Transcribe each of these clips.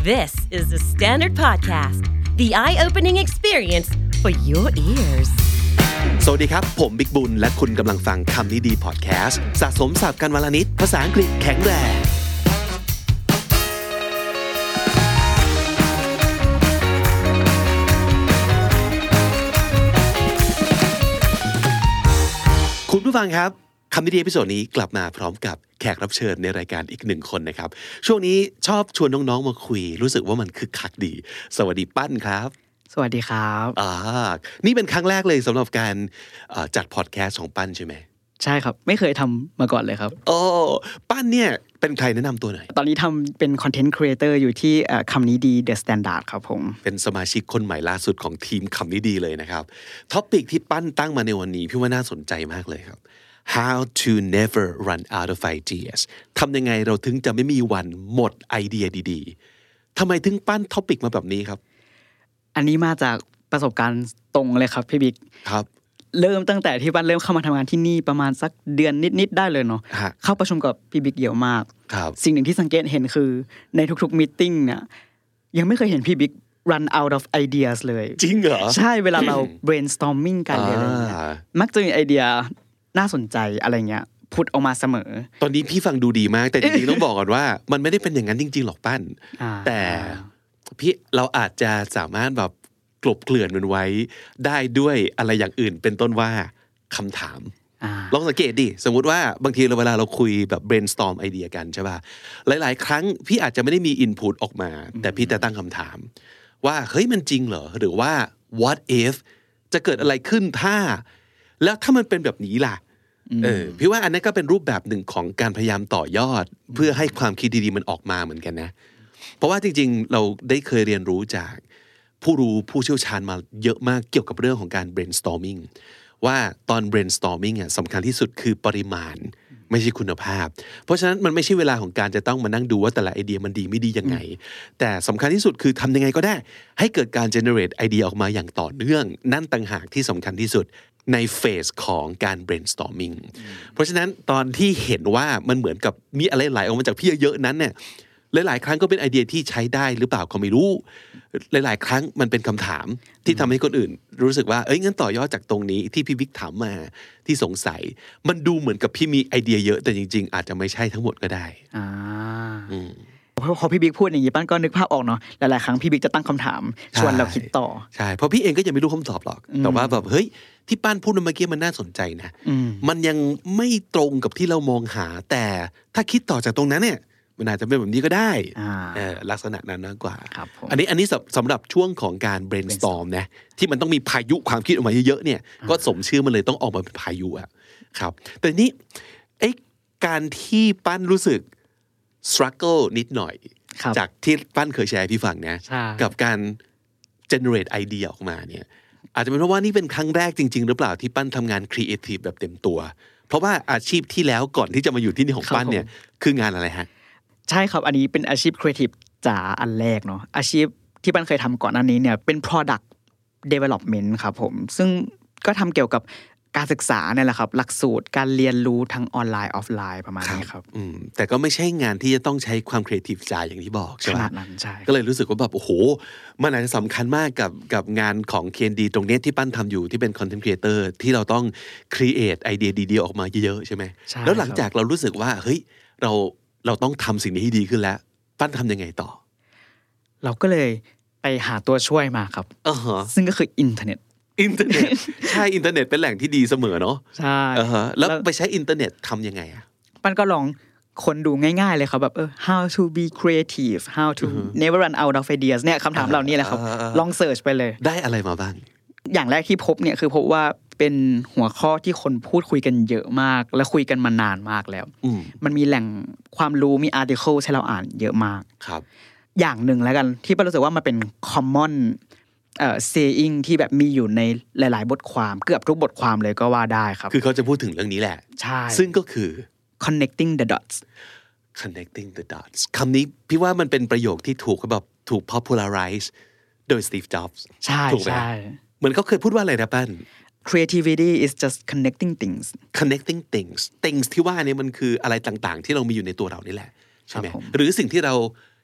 This is the Standard Podcast, the eye-opening experience for your ears. สวัสดีครับผมบิ๊กบุญและคุณกำลังฟังคำนี้ดีพอดแคสต์สะสมศัพท์กันวันละนิดภาษาอังกฤษแข็งแรงคุณผู้ฟังครับคำนี้ดีเอพิโซดนี้กลับมาพร้อมกับแขกรับเชิญในรายการอีกหนึ่งคนนะครับช่วงนี้ชอบชวนน้องๆมาคุยรู้สึกว่ามันคึกคักดีสวัสดีปั้นครับสวัสดีครับนี่เป็นครั้งแรกเลยสำหรับการจัดพอดแคสต์ของปั้นใช่ไหมใช่ครับไม่เคยทำมาก่อนเลยครับโอ้ปั้นเนี่ยเป็นใครแนะนำตัวหน่อยตอนนี้ทำเป็นคอนเทนต์ครีเอเตอร์อยู่ที่คำนี้ดี The Standard ครับผมเป็นสมาชิกคนใหม่ล่าสุดของทีมคำนี้ดีเลยนะครับท็อปิกที่ปั้นตั้งมาในวันนี้พี่ว่าน่าสนใจมากเลยครับ How to never run out of ideas ทำยังไงเราถึงจะไม่มีวันหมดไอเดียดีๆทำไมถึงปั้นท็อปิกมาแบบนี้ครับอันนี้มาจากประสบการณ์ตรงเลยครับพี่บิ๊กครับเริ่มตั้งแต่ที่ปั้นเริ่มเข้ามาทำงานที่นี่ประมาณสักเดือนนิดๆได้เลยเนาะเข้าประชุมกับพี่บิ๊กเยอะมากสิ่งหนึ่งที่สังเกตเห็นคือในทุกๆมีตติ้งเนี่ยยังไม่เคยเห็นพี่บิ๊ก run out of ideas เลยจริงเหรอใช่เวลาเรา brainstorming กันอะไรอย่างเงี้ยมักจะมีไอเดียน่าสนใจอะไรเงี้ยพูดออกมาเสมอตอนนี้พี่ฟังดูดีมากแต่จริงๆต้องบอกก่อนว่ามันไม่ได้เป็นอย่างนั้นจริงๆหรอกปั้นแต่พี่เราอาจจะสามารถแบบกลบเกลื่อนมันไว้ได้ด้วยอะไรอย่างอื่นเป็นต้นว่าคำถามลองสังเกตดิสมมุติว่าบางทีเวลาเราคุยแบบ brainstorm ไอเดียกันใช่ป่ะหลายๆครั้งพี่อาจจะไม่ได้มี input ออกมาแต่พี่จะตั้งคำถามว่าเฮ้ยมันจริงเหรอหรือว่า what if จะเกิดอะไรขึ้นถ้าแล้วถ้ามันเป็นแบบนี้ล่ะพี่ว่าอันนั้นก็เป็นรูปแบบหนึ่งของการพยายามต่อยอดเพื่อให้ความคิดดีๆมันออกมาเหมือนกันนะเพราะว่าจริงๆเราได้เคยเรียนรู้จากผู้เชี่ยวชาญมาเยอะมากเกี่ยวกับเรื่องของการ brainstorming ว่าตอน brainstorming สำคัญที่สุดคือปริมาณไม่ใช่คุณภาพเพราะฉะนั้นมันไม่ใช่เวลาของการจะต้องมานั่งดูว่าแต่ละไอเดียมันดีไม่ดียังไงแต่สำคัญที่สุดคือทำยังไงก็ได้ให้เกิดการ generate ไอเดียออกมาอย่างต่อเนื่องนั่นต่างหากที่สำคัญที่สุดในเฟสของการ brainstorming เพราะฉะนั้นตอนที่เห็นว่ามันเหมือนกับมีอะไรไหลออกมาจากพี่เยอะๆนั้นเนี่ยหลายๆครั้งก็เป็นไอเดียที่ใช้ได้หรือเปล่าก็ไม่รู้หลายๆครั้งมันเป็นคำถามที่ทำให้คนอื่นรู้สึกว่างั้นต่อยอดจากตรงนี้ที่พี่บิ๊กถามมาที่สงสัยมันดูเหมือนกับพี่มีไอเดียเยอะแต่จริงๆอาจจะไม่ใช่ทั้งหมดก็ได้พอพี่บิ๊กพูดอย่างนี้ปั้นก็นึกภาพออกเนาะหลายๆครั้งพี่บิ๊กจะตั้งคำถามชวนเราคิดต่อใช่เพราะพี่เองก็ยังไม่รู้คำตอบหรอกแต่ว่าแบบเฮ้ยที่ปั้นพูดเมื่อกี้มันน่าสนใจนะมันยังไม่ตรงกับที่เรามองหาแต่ถ้าคิดต่อจากตรงนั้นเนี่ยมันอาจจะเป็นแบบนี้ก็ได้ลักษณะนั้นมากกว่าอันนี้สำหรับช่วงของการ brainstorm นะที่มันต้องมีพายุความคิดออกมาเยอะๆเนี่ยก็สมชื่อมันเลยต้องออกมาเป็นพายุอะครับแต่นี้การที่ปั้นรู้สึก struggle นิดหน่อยจากที่ปั้นเคยแชร์พี่ฟังนะกับการ generate ไอเดียออกมาเนี่ยอาจจะเป็นเพราะว่านี่เป็นครั้งแรกจริงๆหรือเปล่าที่ปั้นทำงาน creative แบบเต็มตัวเพราะว่าอาชีพที่แล้วก่อนที่จะมาอยู่ที่นี่ของปั้นเนี่ยคืองานอะไรฮะใช่ครับอันนี้เป็นอาชีพครีเอทีฟจ๋าอันแรกเนาะอาชีพที่ปั้นเคยทำก่อนหน้านี้เนี่ยเป็น product development ครับผมซึ่งก็ทำเกี่ยวกับการศึกษาเนี่ยแหละครับหลักสูตรการเรียนรู้ทั้งออนไลน์ออฟไลน์ประมาณนี้ครับแต่ก็ไม่ใช่งานที่จะต้องใช้ความครีเอทีฟจ๋าอย่างที่บอกใช่ไหมขนาดนั้นใช่ก็เลยรู้สึกว่าแบบโอ้โหมันอาจจะสำคัญมากกับงานของ KND ตรงนี้ที่ปั้นทำอยู่ที่เป็น content creator ที่เราต้อง create ไอเดียดีๆออกมาเยอะๆใช่ไหมแล้วหลังจากเรารู้สึกว่าเฮ้ยเราต้องทำสิ่งนี้ให้ดีขึ้นแล้วปั้นทำยังไงต่อเราก็เลยไปหาตัวช่วยมาครับซึ่งก็คืออินเทอร์เน็ตใช่อินเทอร์เน็ตเป็นแหล่งที่ดีเสมอเนาะใช่แล้วไปใช้อินเทอร์เน็ตทำยังไงอะปั้นก็ลองคนดูง่ายๆเลยครับแบบhow to be creative how to never run out of ideas เนี่ยคำถามเหล่านี้แหละครับลองเสิร์ชไปเลยได้อะไรมาบ้างอย่างแรกที่พบเนี่ยคือพบว่าเป็นหัวข้อที่คนพูดคุยกันเยอะมากและคุยกันมานานมากแล้วมันมีแหล่งความรู้มี article ให้เราอ่านเยอะมากครับอย่างหนึ่งแล้วกันที่ปั้นรู้สึกว่ามันเป็น common saying ที่แบบมีอยู่ในหลายๆบทความเกือบทุกบทความเลยก็ว่าได้ครับคือเขาจะพูดถึงเรื่องนี้แหละใช่ซึ่งก็คือ connecting the dots คำนี้พี่ว่ามันเป็นประโยคที่ถูกpopularize โดย Steve Jobs ใช่ถูกไหมเหมือนเขาเคยพูดว่าอะไรนะปั้น creativity is just connecting things things ที่ว่านี่มันคืออะไรต่างๆที่เรามีอยู่ในตัวเรานี่แหละใช่ไหมหรือสิ่งที่เรา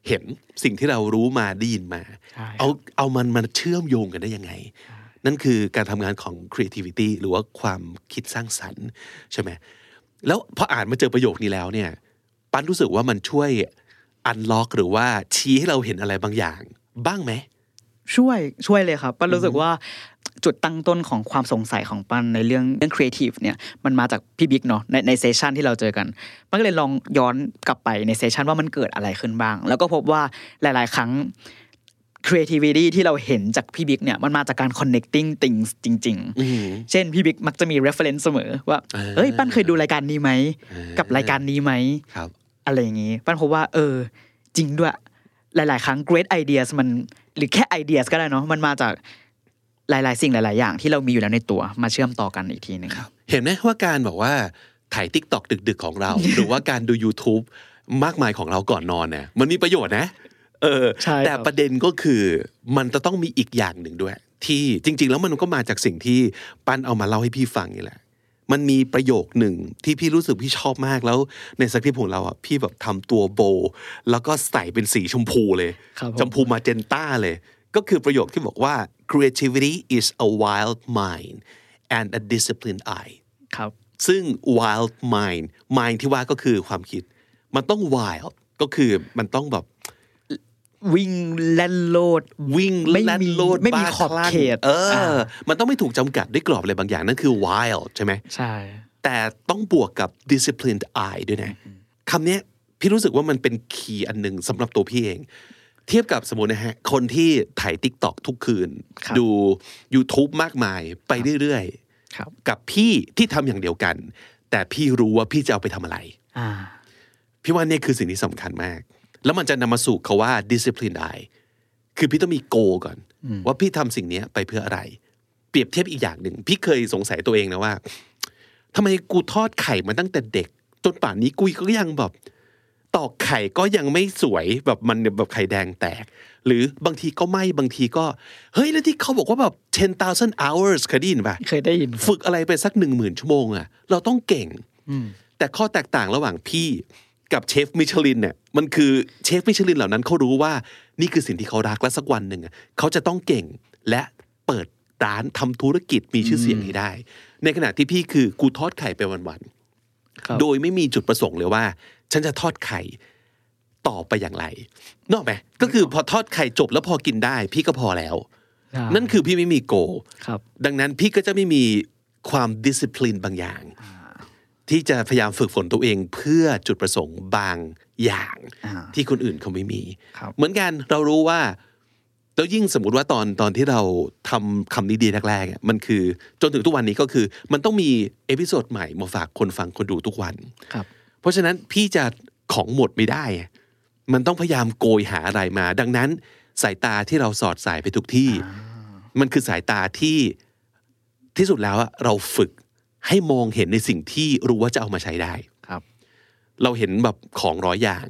เห็นสิ่งที่เรารู้มาได้ยินมาเอามันมาเชื่อมโยงกันได้ยังไงนั่นคือการทำงานของ creativity หรือว่าความคิดสร้างสรรค์ใช่ไหมแล้วพออ่านมาเจอประโยคนี้แล้วเนี่ยปั้นรู้สึกว่ามันช่วย unlock หรือว่าชี้ให้เราเห็นอะไรบางอย่างบ้างไหมช่วยเลยครับปั้นรู้สึกว่าจุดตั้งต้นของความสงสัยของปั้นในเรื่องครีเอทีฟเนี่ยมันมาจากพี่บิ๊กเนาะในเซสชันที่เราเจอกันปั้นก็เลยลองย้อนกลับไปในเซสชันว่ามันเกิดอะไรขึ้นบ้างแล้วก็พบว่าหลายๆครั้ง creativity ที่เราเห็นจากพี่บิ๊กเนี่ยมันมาจากการ connecting things จริงๆเช่นพี่บิ๊กมักจะมี reference เสมอว่าเอ้ยปั้นเคยดูรายการนี้ไหมกับรายการนี้ไหมอะไรอย่างงี้ปั้นพบว่าจริงด้วยหลายๆครั้ง great ideas มันหรือแค่ ideas ก็ได้เนาะมันมาจากหลายๆสิ่งหลายๆอย่างที่เรามีอยู่แล้วในตัวมาเชื่อมต่อกันอีกทีนึงเห็นไหมว่าการบอกว่าถ่าย TikTok ดึกๆของเรา หรือว่าการดู YouTube มากมายของเราก่อนนอนเนี่ยมันมีประโยชน์นะแต่ประเด็นก็คือมันจะต้องมีอีกอย่างหนึ่งด้วยที่จริงๆแล้วมันก็มาจากสิ่งที่ปั้นเอามาเล่าให้พี่ฟังนี่แหละมันมีประโยคหนึ่งที่พี่รู้สึกพี่ชอบมากแล้วในสคริปต์ของเราอ่ะพี่แบบทำตัวโบแล้วก็ใส่เป็นสีชมพูเลยชมพูมาเจนต้าเลยก็คือประโยคที่บอกว่า creativity is a wild mind and a disciplined eye ครับซึ่ง wild mind ที่ว่าก็คือความคิดมันต้อง wild ก็คือมันต้องแบบวิ่งแล่นโลดวิ่งแล่นโลดไม่มีขอบเขตมันต้องไม่ถูกจำกัดด้วยกรอบอะไรบางอย่างนั่นคือ wild ใช่ไหมใช่แต่ต้องบวกกับ disciplined eye ด้วยนะคำนี้พี่รู้สึกว่ามันเป็นคีย์อันหนึ่งสำหรับตัวพี่เองเทียบกับสมมตินะฮะคนที่ถ่าย TikTok ทุกคืนดู YouTube มากมายไปเรื่อยๆกับพี่ที่ทำอย่างเดียวกันแต่พี่รู้ว่าพี่จะเอาไปทำอะไรพี่ว่านี่คือสิ่งที่สำคัญมากแล้วมันจะนำมาสู่คำว่า discipline eye คือพี่ต้องมี goal ก่อนว่าพี่ทำสิ่งนี้ไปเพื่ออะไรเปรียบเทียบอีกอย่างหนึ่งพี่เคยสงสัยตัวเองนะว่าทำไมกูทอดไข่มาตั้งแต่เด็กจนป่านนี้กูก็ยังแบบตอกไข่ก็ยังไม่สวยแบบมันแบบไข่แดงแตกหรือบางทีก็ไม่บางทีก็เฮ้ยแล้วที่เขาบอกว่าแบบ 10,000 hours เคยได้ยินป่ะเคยได้ยินฝึกอะไรไปสัก 10,000 ชั่วโมงอ่ะเราต้องเก่งแต่ข้อแตกต่างระหว่างพี่กับเชฟมิชลินเนี่ยมันคือเชฟมิชลินเหล่านั้นเขารู้ว่านี่คือสิ่งที่เขารักและสักวันหนึ่งเขาจะต้องเก่งและเปิดร้านทำธุรกิจมีชื่อเสียงให้ได้ในขณะที่พี่คือกูทอดไข่ไปวันๆโดยไม่มีจุดประสงค์เลยว่าฉันจะทอดไข่ต่อไปอย่างไรนอกไหมก็คือพอทอดไข่จบแล้วพอกินได้พี่ก็พอแล้วนั่นคือพี่ไม่มีโกดังนั้นพี่ก็จะไม่มีความดิสซิปลินบางอย่างที่จะพยายามฝึกฝนตัวเองเพื่อจุดประสงค์บางอย่างที่คนอื่นเขาไม่มีเหมือนกันเรารู้ว่าแล้วยิ่งสมมุติว่าตอนที่เราทำคำนี้ดีแรกๆมันคือจนถึงทุกวันนี้ก็คือมันต้องมีเอพิโซดใหม่มาฝากคนฟังคนดูทุกวันเพราะฉะนั้นพี่จะของหมดไม่ได้มันต้องพยายามโกยหาอะไรมาดังนั้นสายตาที่เราสอดสายไปทุกที่มันคือสายตาที่สุดแล้วเราฝึกให้มองเห็นในสิ่งที่รู้ว่าจะเอามาใช้ได้ครับเราเห็นแบบของ100 อย่าง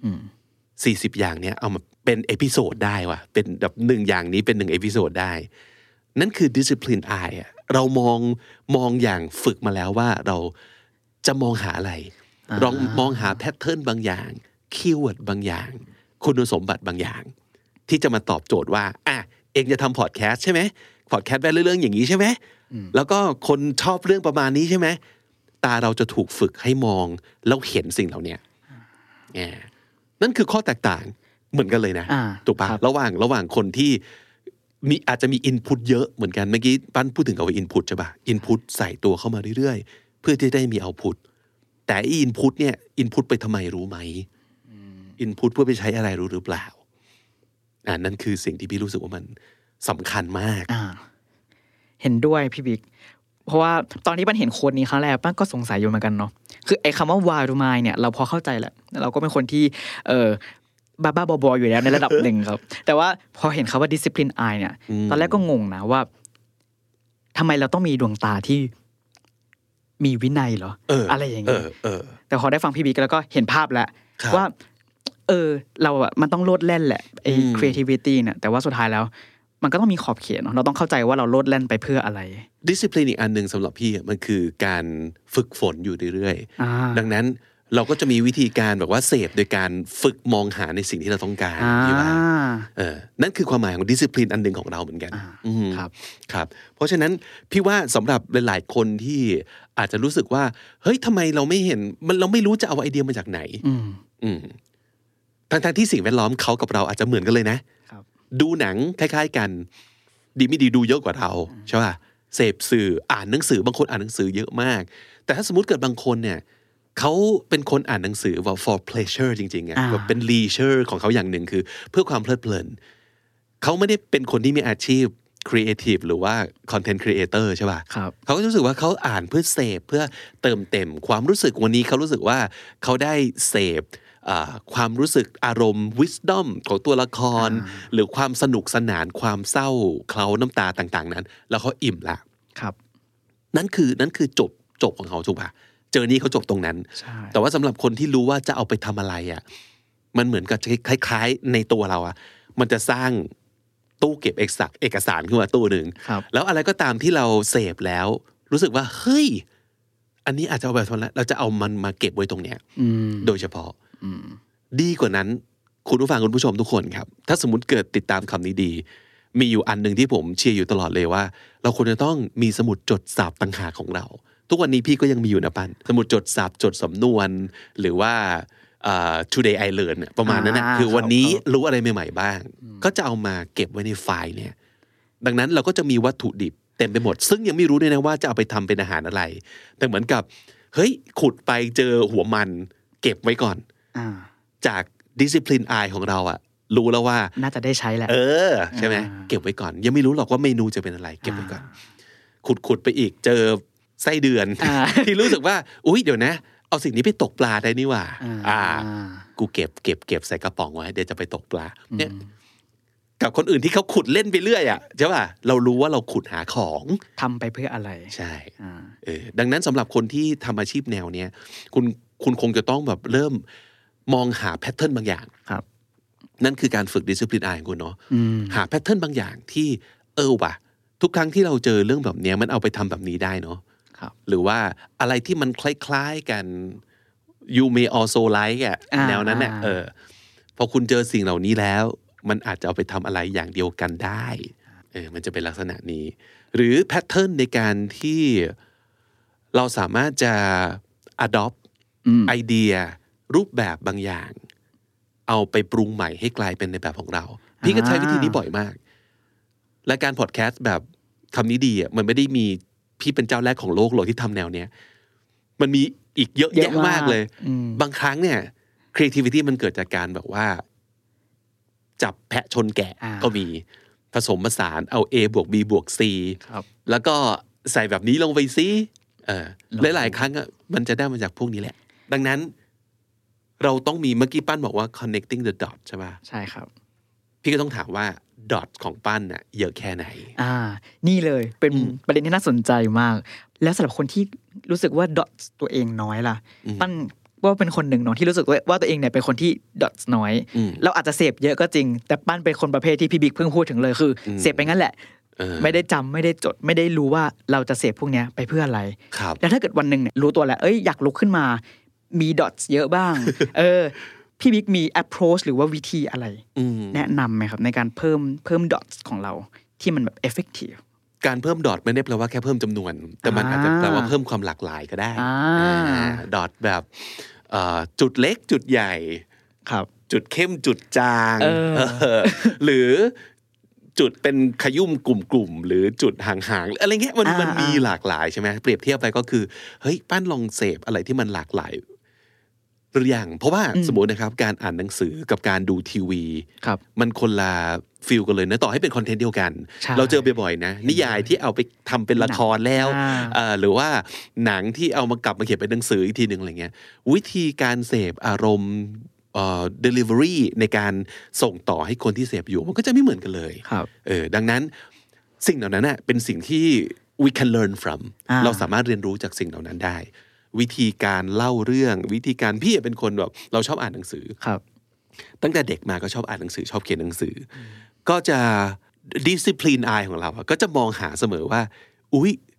40 อย่างเนี้ยเอามาเป็นเอพิโซดได้ว่ะเป็นแบบ1อย่างนี้เป็น1เอพิโซดได้นั่นคือ discipline eye เรามองอย่างฝึกมาแล้วว่าเราจะมองหาอะไรลองมองหาแพทเทิร์นบางอย่างคีย์เวิร์ดบางอย่างคุณสมบัติบางอย่างที่จะมาตอบโจทย์ว่าเองจะทำพอดแคสต์ใช่ไหมพอดแคสต์เรื่องอย่างนี้ใช่ไหมแล้วก็คนชอบเรื่องประมาณนี้ใช่ไหมตาเราจะถูกฝึกให้มองแล้วเห็นสิ่งเหล่านี้นั่นคือข้อแตกต่างเหมือนกันเลยนะถูกปะระหว่างคนที่มีอาจจะมีอินพุตเยอะเหมือนกันเมื่อกี้ปั้นพูดถึงกับว่าอินพุตใช่ปะอินพุตใส่ตัวเข้ามาเรื่อยๆเพื่อที่ได้มีเอาพุตแต่อินพุตเนี่ยอินพุตไปทำไมรู้ไหมอินพุตเพื่อไปใช้อะไรรู้หรือเปล่านั่นคือสิ่งที่พี่รู้สึกว่ามันสำคัญมากเห็นด้วยพี่บิ๊กเพราะว่าตอนที่ปั้นเห็นโค้ดนี้ครั้งแรกปั้นก็สงสัยอยู่เหมือนกันเนาะคือไอ้คำว่า wild mind เนี่ยเราพอเข้าใจแหละเราก็เป็นคนที่บ้าๆบอๆอยู่แล้วในระดับหนึ่งครับแต่ว่าพอเห็นคำว่า discipline eye เนี่ยตอนแรกก็งงนะว่าทำไมเราต้องมีดวงตาที่มีวินัยเหรออะไรอย่างเงี้ยแต่พอได้ฟังพี่บิ๊กแล้วก็เห็นภาพแล้วว่าเรามันต้องโลดแล่นแหละไอ้ creativity เนี่ยแต่ว่าสุดท้ายแล้วมันก็ต้องมีขอบเขตเนาะเราต้องเข้าใจว่าเราโลดแล่นไปเพื่ออะไร discipline อีกอันนึงสำหรับพี่มันคือการฝึกฝนอยู่เรื่อยๆดังนั้นเราก็จะมีวิธีการแบบว่าเสพโดยการฝึกมองหาในสิ่งที่เราต้องการพี่ว่านั่นคือความหมายของดิสซิปลินอันหนึ่งของเราเหมือนกันครับเพราะฉะนั้นพี่ว่าสำหรับหลายๆคนที่อาจจะรู้สึกว่าเฮ้ยทำไมเราไม่เห็นเราไม่รู้จะเอาไอเดียมาจากไหนทั้งที่สิ่งแวดล้อมเขากับเราอาจจะเหมือนกันเลยนะดูหนังคล้ายๆกันดีไม่ดีดูเยอะกว่าเราใช่ป่ะเสพสื่ออ่านหนังสือบางคนอ่านหนังสือเยอะมากแต่ถ้าสมมติเกิดบางคนเนี่ยเขาเป็นคนอ่านหนังสือว่า for pleasure จริงๆแบบเป็น leisure ของเขาอย่างหนึ่งคือเพื่อความเพลิดเพลินเขาไม่ได้เป็นคนที่มีอาชีพ creative หรือว่า content creator ใช่ป่ะเขาก็รู้สึกว่าเขาอ่านเพื่อเสพเพื่อเติมเต็มความรู้สึกวันนี้เขารู้สึกว่าเขาได้เสพความรู้สึกอารมณ์ wisdom ของตัวละครหรือความสนุกสนานความเศร้าเคล้าน้ำตาต่างๆนั้นแล้วเขาอิ่มละนั่นคือจบของเขาถูกป่ะเจอนี่เขาจบตรงนั้นแต่ว่าสำหรับคนที่รู้ว่าจะเอาไปทำอะไรอ่ะมันเหมือนกับคล้ายๆในตัวเราอ่ะมันจะสร้างตู้เก็บเอกสารขึ้นมาตู้หนึ่งแล้วอะไรก็ตามที่เราเสพแล้วรู้สึกว่าเฮ้ยอันนี้อาจจะเอาไปทำแล้วเราจะเอามันมาเก็บไว้ตรงเนี้ยโดยเฉพาะดีกว่านั้นคุณผู้ฟังคุณผู้ชมทุกคนครับถ้าสมมุติเกิดติดตามคำนี้ดีมีอยู่อันหนึ่งที่ผมเชียร์อยู่ตลอดเลยว่าเราควรจะต้องมีสมุดจดสับต่างหากของเราทุกวันนี้พี่ก็ยังมีอยู่นะปันสมุดจดสับจดสำนวนหรือว่าtoday I learn ประมาณนั้นนะคือวันนี้รู้อะไรใหม่ๆบ้างก็จะเอามาเก็บไว้ในไฟล์เนี่ยดังนั้นเราก็จะมีวัตถุดิบเต็มไปหมดซึ่งยังไม่รู้เลยนะว่าจะเอาไปทำเป็นอาหารอะไรแต่เหมือนกับเฮ้ยขุดไปเจอหัวมันเก็บไว้ก่อนจากดิสซิปลินอายของเราอะรู้แล้วว่าน่าจะได้ใช้แหละใช่ไหมเก็บไว้ก่อนยังไม่รู้หรอกว่าเมนูจะเป็นอะไรเก็บไว้ก่อนขุดไปอีกเจอไส้เดือนที่รู้สึกว่าอุ๊ยเดี๋ยวนะเอาสิ่งนี้ไปตกปลาได้นี่หว่ากูเก็บใส่กระป๋องไว้เดี๋ยวจะไปตกปลาเนี่ยกับคนอื่นที่เขาขุดเล่นไปเรื่อยอ่ะใช่ป่ะเรารู้ว่าเราขุดหาของทำไปเพื่ออะไรใช่ดังนั้นสำหรับคนที่ทำอาชีพแนวเนี้ยคุณคงจะต้องแบบเริ่มมองหาแพทเทิร์นบางอย่างครับนั่นคือการฝึกดิสซิปลินอายของคุณเนาะหาแพทเทิร์นบางอย่างที่ว่ะทุกครั้งที่เราเจอเรื่องแบบนี้มันเอาไปทำแบบนี้ได้เนาะหรือว่าอะไรที่มันคล้ายๆกัน you may also like แนวนั้นเนี่ยพอคุณเจอสิ่งเหล่านี้แล้วมันอาจจะเอาไปทำอะไรอย่างเดียวกันได้มันจะเป็นลักษณะนี้หรือแพทเทิร์นในการที่เราสามารถจะ adopt ไอเดียรูปแบบบางอย่างเอาไปปรุงใหม่ให้กลายเป็นในแบบของเราพี่ก็ใช้วิธีนี้บ่อยมากและการพอดแคสต์แบบคำนี้ดีมันไม่ได้มีพี่เป็นเจ้าแรกของโลกหรอกที่ทำแนวเนี้ยมันมีอีกเยอะแยะมากเลยบางครั้งเนี่ย creativity มันเกิดจากการแบบว่าจับแพะชนแกะก็มีผสมผสานเอา A บวก B บวก C แล้วก็ใส่แบบนี้ลงไปซิหลายๆครั้งมันจะได้มาจากพวกนี้แหละดังนั้นเราต้องมีเมื่อกี้ปั้นบอกว่า connecting the dot ใช่ป่ะใช่ครับพี่ก็ต้องถามว่า dot ของปั้นน่ะเยอะแค่ไหนนี่เลยเป็นประเด็นที่น่าสนใจมากแล้วสำหรับคนที่รู้สึกว่า dot ตัวเองน้อยล่ะปั้นว่าเป็นคนหนึ่งเนาะที่รู้สึกว่าตัวเองเนี่ยเป็นคนที่ dot น้อยเราอาจจะเสพเยอะก็จริงแต่ปั้นเป็นคนประเภทที่พี่บิ๊กเพิ่งพูดถึงเลยคือเสพไปงั้นแหละไม่ได้จำไม่ได้จดไม่ได้รู้ว่าเราจะเสพพวกนี้ไปเพื่ออะไรแล้วถ้าเกิดวันนึงเนี่ยรู้ตัวแล้วอยากลุกขึ้นมามี dots เยอะบ้างพี่บิ๊กมี approach หรือว่าวิธีอะไรแนะนำไหมครับในการเพิ่ม dots ของเราที่มันแบบ effective การเพิ่ม dot ไม่ได้แปลว่าแค่เพิ่มจำนวนแต่มันอาจจะแปลว่าเพิ่มความหลากหลายก็ได้dot แบบจุดเล็กจุดใหญ่จุดเข้มจุดจางหรือจุดเป็นขยุ่มกลุ่มๆหรือจุดห่างๆอะไรเงี้ยมันมีหลากหลายใช่ไหมเปรียบเทียบไปก็คือเฮ้ยปั้นลองเสพอะไรที่มันหลากหลายหรือยังเพราะว่าสมมตินะครับการอ่านหนังสือกับการดูทีวีมันคนละฟีลกันเลยนะต่อให้เป็นคอนเทนต์เดียวกันเราเจอบ่อยๆนะนิยายที่เอาไปทำเป็นละครแล้วหรือว่าหนังที่เอามากลับมาเขียนเป็นหนังสืออีกทีนึงอะไรเงี้ยวิธีการเสพอารมณ์delivery ในการส่งต่อให้คนที่เสพอยู่มันก็จะไม่เหมือนกันเลยดังนั้นสิ่งเหล่านั้นเป็นสิ่งที่ we can learn from เราสามารถเรียนรู้จากสิ่งเหล่านั้นได้วิธีการเล่าเรื่องวิธีการพี่เป็นคนแบบเราชอบอ่านหนังสือตั้งแต่เด็กมาก็ชอบอ่านหนังสือชอบเขียนหนังสือก็จะ discipline eye ของเราก็จะมองหาเสมอว่าอุ๊ย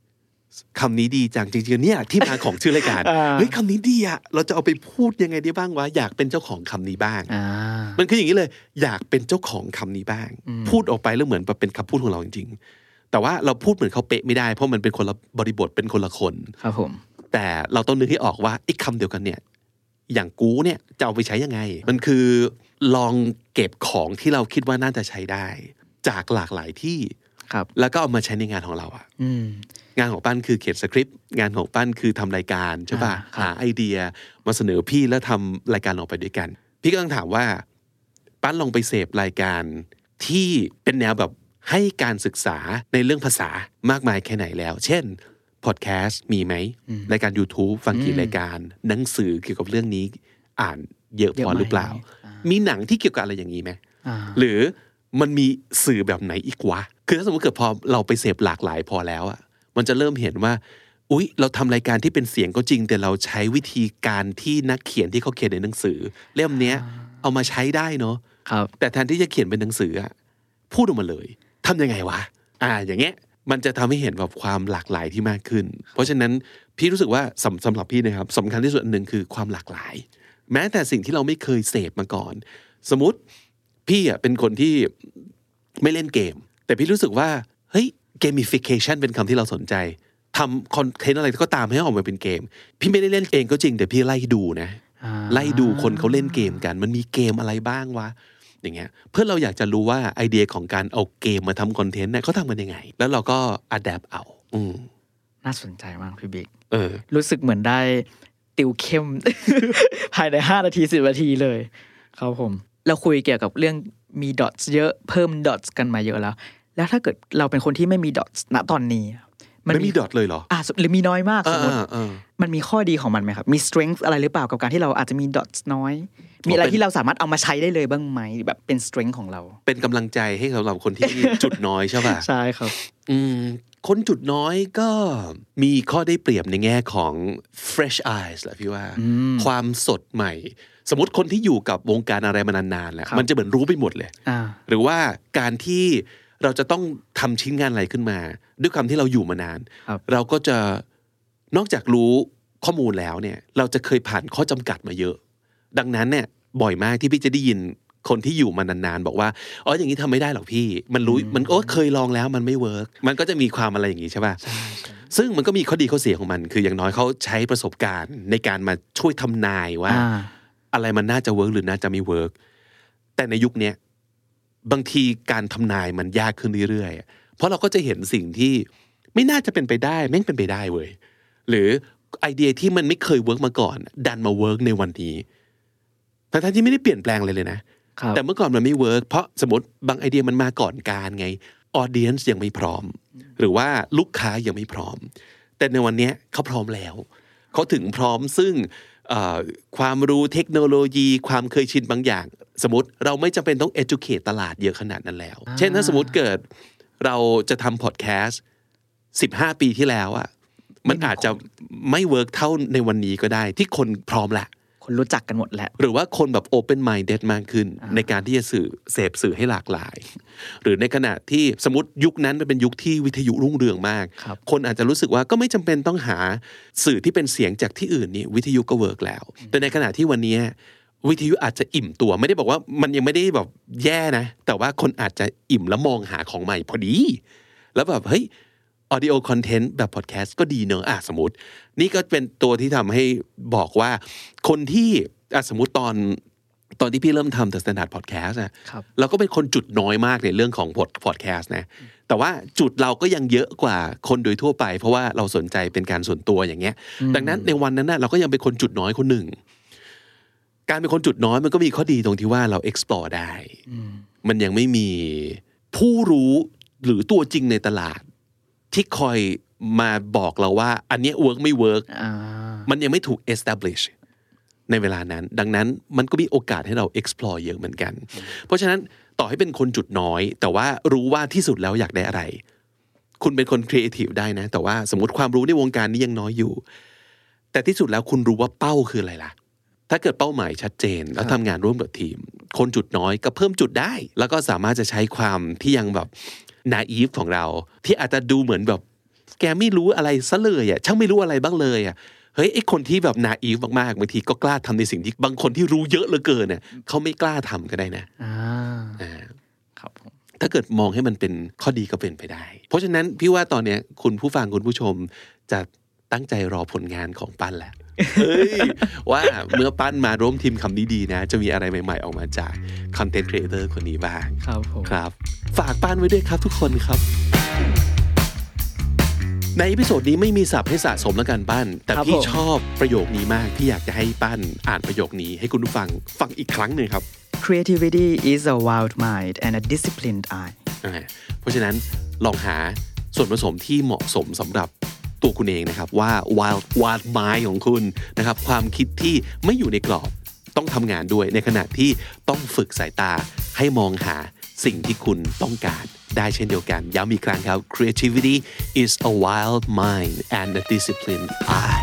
คำนี้ดีจังจริงๆเนี่ยที่มาของชื่อรายการเฮ้ยคำนี้ดีอ่ะเราจะเอาไปพูดยังไงได้บ้างวะอยากเป็นเจ้าของคำนี้บ้างมันคืออย่างนี้เลยอยากเป็นเจ้าของคำนี้บ้างพูดออกไปแล้วเหมือนแบบเป็นคำพูดของเราจริงๆแต่ว่าเราพูดเหมือนเขาเป๊ะไม่ได้เพราะมันเป็นคนละบริบทเป็นคนละคนครับผมแต่เราต้องนึกให้ออกว่าไอ้คำเดียวกันเนี่ยอย่างกูเนี่ยจะเอาไปใช้ยังไงมันคือลองเก็บของที่เราคิดว่าน่าจะใช้ได้จากหลากหลายที่แล้วก็เอามาใช้ในงานของเราอ่ะงานของปั้นคือเขียนสคริปต์งานของปั้นคือทำรายการใช่ป่ะหาไอเดียมาเสนอพี่แล้วทำรายการออกไปด้วยกันพี่ก็ต้องถามว่าปั้นลองไปเสพรายการที่เป็นแนวแบบให้การศึกษาในเรื่องภาษามากมายแค่ไหนแล้วเช่นพอดแคสต์มีไหมรายการ YouTube ฟังกี่รายการหนังสือเกี่ยวกับเรื่องนี้อ่านเยอะพอหรือเปล่ามีหนังที่เกี่ยวกับอะไรอย่างนี้ไหมหรือมันมีสื่อแบบไหนอีกวะคือถ้าสมมติเกิดพอเราไปเสพหลากหลายพอแล้วอ่ะมันจะเริ่มเห็นว่าอุ๊ยเราทำรายการที่เป็นเสียงก็จริงแต่เราใช้วิธีการที่นักเขียนที่เขาเขียนในหนังสือเล่มนี้เอามาใช้ได้เนาะแต่แทนที่จะเขียนเป็นหนังสืออะพูดออกมาเลยทำยังไงวะอย่างเงี้ยมันจะทำให้เห็นแบบความหลากหลายที่มากขึ้นเพราะฉะนั้นพี่รู้สึกว่าสำหรับพี่นะครับสำคัญที่สุดอันหนึ่งคือความหลากหลายแม้แต่สิ่งที่เราไม่เคยเสพมาก่อนสมมติพี่เป็นคนที่ไม่เล่นเกมแต่พี่รู้สึกว่าเฮ้ย gamification เป็นคำที่เราสนใจทำคอนเทนต์อะไรก็ตามให้ออกมาเป็นเกมพี่ไม่ได้เล่นเองก็จริงแต่พี่ไล่ดูนะไล่ดูคนเขาเล่นเกมกันมันมีเกมอะไรบ้างวะอย่างเงี้ยเพื่อเราอยากจะรู้ว่าไอเดียของการเอาเกมมาทำคอนเทนต์เนี่ยเขาทำกันยังไงแล้วเราก็อัดแอปเอาน่าสนใจมากพี่บิ๊กรู้สึกเหมือนได้ติวเข้ม ภายใน5 นาที10 นาทีเลยครับผมเราคุยเกี่ยวกับเรื่องมีดอทเยอะเพิ่มดอทกันมาเยอะแล้วถ้าเกิดเราเป็นคนที่ไม่มีดอทณตอนนี้มันไม่มีดอทเลยเหรอหรือมีน้อยมากสมมติมันมีข้อดีของมันไหมครับมี strength อะไรหรือเปล่ากับการที่เราอาจจะมีดอทน้อยมีอะไรที่เราสามารถเอามาใช้ได้เลยบ้างไหมแบบเป็น strength ของเราเป็นกำลังใจให้สำหรับคนที่ จุดน้อยใช่ป่ะใช่ครับคนจุดน้อยก็มีข้อได้เปรียบในแง่ของ fresh eyes แหละพี่ว่าความสดใหม่สมมติคนที่อยู่กับวงการอะไรมานานๆแล้วมันจะเหมือนรู้ไปหมดเลยหรือว่าการที่เราจะต้องทำชิ้นงานอะไรขึ้นมาด้วยคำที่เราอยู่มานานเราก็จะนอกจากรู้ข้อมูลแล้วเนี่ยเราจะเคยผ่านข้อจำกัดมาเยอะดังนั้นเนี่ยบ่อยมากที่พี่จะได้ยินคนที่อยู่มานานๆบอกว่าอย่างนี้ทำไม่ได้หรอกพี่มันรู้มันเคยลองแล้วมันไม่เวิร์กมันก็จะมีความอะไรอย่างนี้ใช่ป่ะซึ่งมันก็มีข้อดีข้อเสียของมันคืออย่างน้อยเขาใช้ประสบการณ์ในการมาช่วยทำนายว่าอะไรมันน่าจะเวิร์กหรือน่าจะไม่เวิร์กแต่ในยุคนี้บางทีการทำนายมันยากขึ้นเรื่อยๆเพราะเราก็จะเห็นสิ่งที่ไม่น่าจะเป็นไปได้แม่งเป็นไปได้เว้ยหรือไอเดียที่มันไม่เคยเวิร์กมาก่อนดันมาเวิร์กในวันนี้ทั้งที่ไม่ได้เปลี่ยนแปลงเลยนะแต่เมื่อก่อนมันไม่เวิร์กเพราะสมมติบางไอเดียมันมาก่อนการไงออเดียนซ์ยังไม่พร้อมหรือว่าลูกค้ายังไม่พร้อมแต่ในวันนี้เขาพร้อมแล้วเขาถึงพร้อมซึ่งความรู้เทคโนโลยีความเคยชินบางอย่างสมมติเราไม่จำเป็นต้อง educate ตลาดเยอะขนาดนั้นแล้วเช่นถ้าสมมติเกิดเราจะทำพอดแคสต์15 ปีที่แล้วอ่ะมันอาจจะไม่เวิร์กเท่าในวันนี้ก็ได้ที่คนพร้อมแหละคนรู้จักกันหมดแล้วหรือว่าคนแบบ open minded มากขึ้นในการที่จะเสพสื่อให้หลากหลายหรือในขณะที่สมมติยุคนั้นมันเป็นยุคที่วิทยุรุ่งเรืองมาก คนอาจจะรู้สึกว่าก็ไม่จำเป็นต้องหาสื่อที่เป็นเสียงจากที่อื่นนี่วิทยุก็เวิร์กแล้วแต่ในขณะที่วันนี้วิทยุอาจจะอิ่มตัวไม่ได้บอกว่ามันยังไม่ได้แบบแย่นะแต่ว่าคนอาจจะอิ่มแล้วมองหาของใหม่พอดีแล้วแบบเฮ้ยaudio content แบบ podcast ก็ดีเนอะสมมตินี่ก็เป็นตัวที่ทำให้บอกว่าคนที่สมมติตอนที่พี่เริ่มทำ The Standard Podcast เราก็เป็นคนจุดน้อยมากในเรื่องของ podcast นะแต่ว่าจุดเราก็ยังเยอะกว่าคนโดยทั่วไปเพราะว่าเราสนใจเป็นการส่วนตัวอย่างเงี้ยดังนั้นในวันนั้นเราก็ยังเป็นคนจุดน้อยคนหนึ่งการเป็นคนจุดน้อยมันก็มีข้อดีตรงที่ว่าเรา explore ได้มันยังไม่มีผู้รู้หรือตัวจริงในตลาดที่คอยมาบอกเราว่าอันนี้เวิร์กไม่เวิร์กมันยังไม่ถูก establish ในเวลานั้นดังนั้นมันก็มีโอกาสให้เรา explore เยอะเหมือนกันเพราะฉะนั้นต่อให้เป็นคนจุดน้อยแต่ว่ารู้ว่าที่สุดแล้วอยากได้อะไรคุณเป็นคน creative ได้นะแต่ว่าสมมติความรู้ในวงการนี้ยังน้อยอยู่แต่ที่สุดแล้วคุณรู้ว่าเป้าคืออะไรล่ะถ้าเกิดเป้าหมายชัดเจนแล้วทำงานร่วมกับทีมคนจุดน้อยก็เพิ่มจุดได้แล้วก็สามารถจะใช้ความที่ยังแบบnaive ของเราที่อาจจะดูเหมือนแบบแกไม่รู้อะไรซะเลยอ่ะช่างไม่รู้อะไรบ้างเลยอ่ะเฮ้ยไอ้คนที่แบบนาอีฟมากๆบางทีก็กล้าทำในสิ่งที่บางคนที่รู้เยอะเหลือเกินเนี่ยเขาไม่กล้าทำก็ได้นะครับผมถ้าเกิดมองให้มันเป็นข้อดีก็เป็นไปได้เพราะฉะนั้นพี่ว่าตอนเนี้ยคุณผู้ฟังคุณผู้ชมจะตั้งใจรอผลงานของปั้นแหละ เฮ้ยว่าเมื่อปั้นมาร่วมทีมคำนี้ดีนะจะมีอะไรใหม่ๆออกมาจากคอนเทนต์ครีเอเตอร์คนนี้บ้างครับผมครับฝากปั้นไว้ด้วยครับทุกคนครับในอีพิโซดนี้ไม่มีศัพท์ให้สะสมแล้วกันปั้นแต่พี่ชอบประโยคนี้มากพี่อยากจะให้ปั้นอ่านประโยคนี้ให้คุณผู้ฟังฟังอีกครั้งหนึ่งครับ Creativity is a wild mind and a disciplined eye เพราะฉะนั้นลองหาส่วนผสมที่เหมาะสมสำหรับตัวคุณเองนะครับว่า wild mind ของคุณนะครับความคิดที่ไม่อยู่ในกรอบต้องทำงานด้วยในขณะที่ต้องฝึกสายตาให้มองหาสิ่งที่คุณต้องการได้เช่นเดียวกันย้ำอีกครั้งครับ Creativity is a wild mind and a disciplined eye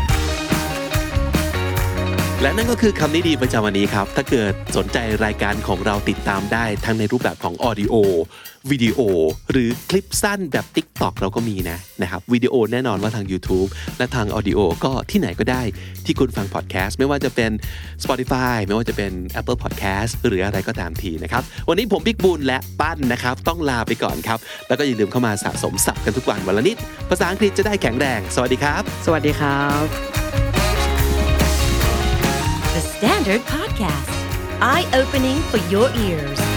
และนั่นก็คือคำนี้ดีประจำวันนี้ครับถ้าเกิดสนใจรายการของเราติดตามได้ทั้งในรูปแบบของออดิโอวิดีโอหรือคลิปสั้นแบบ TikTok เราก็มีนะครับวิดีโอแน่นอนว่าทาง YouTube และทางออดิโอก็ที่ไหนก็ได้ที่คุณฟังพอดแคสต์ไม่ว่าจะเป็น Spotify ไม่ว่าจะเป็น Apple Podcast หรืออะไรก็ตามทีนะครับวันนี้ผมบิ๊กบุญและปั้นนะครับต้องลาไปก่อนครับแล้วก็อย่าลืมเข้ามาสะสมศัพท์กันทุกวันละนิดภาษาอังกฤษจะได้แข็งแรงสวัสดีครับสวัสดีครับ The Standard Podcast Eye Opening for Your Ears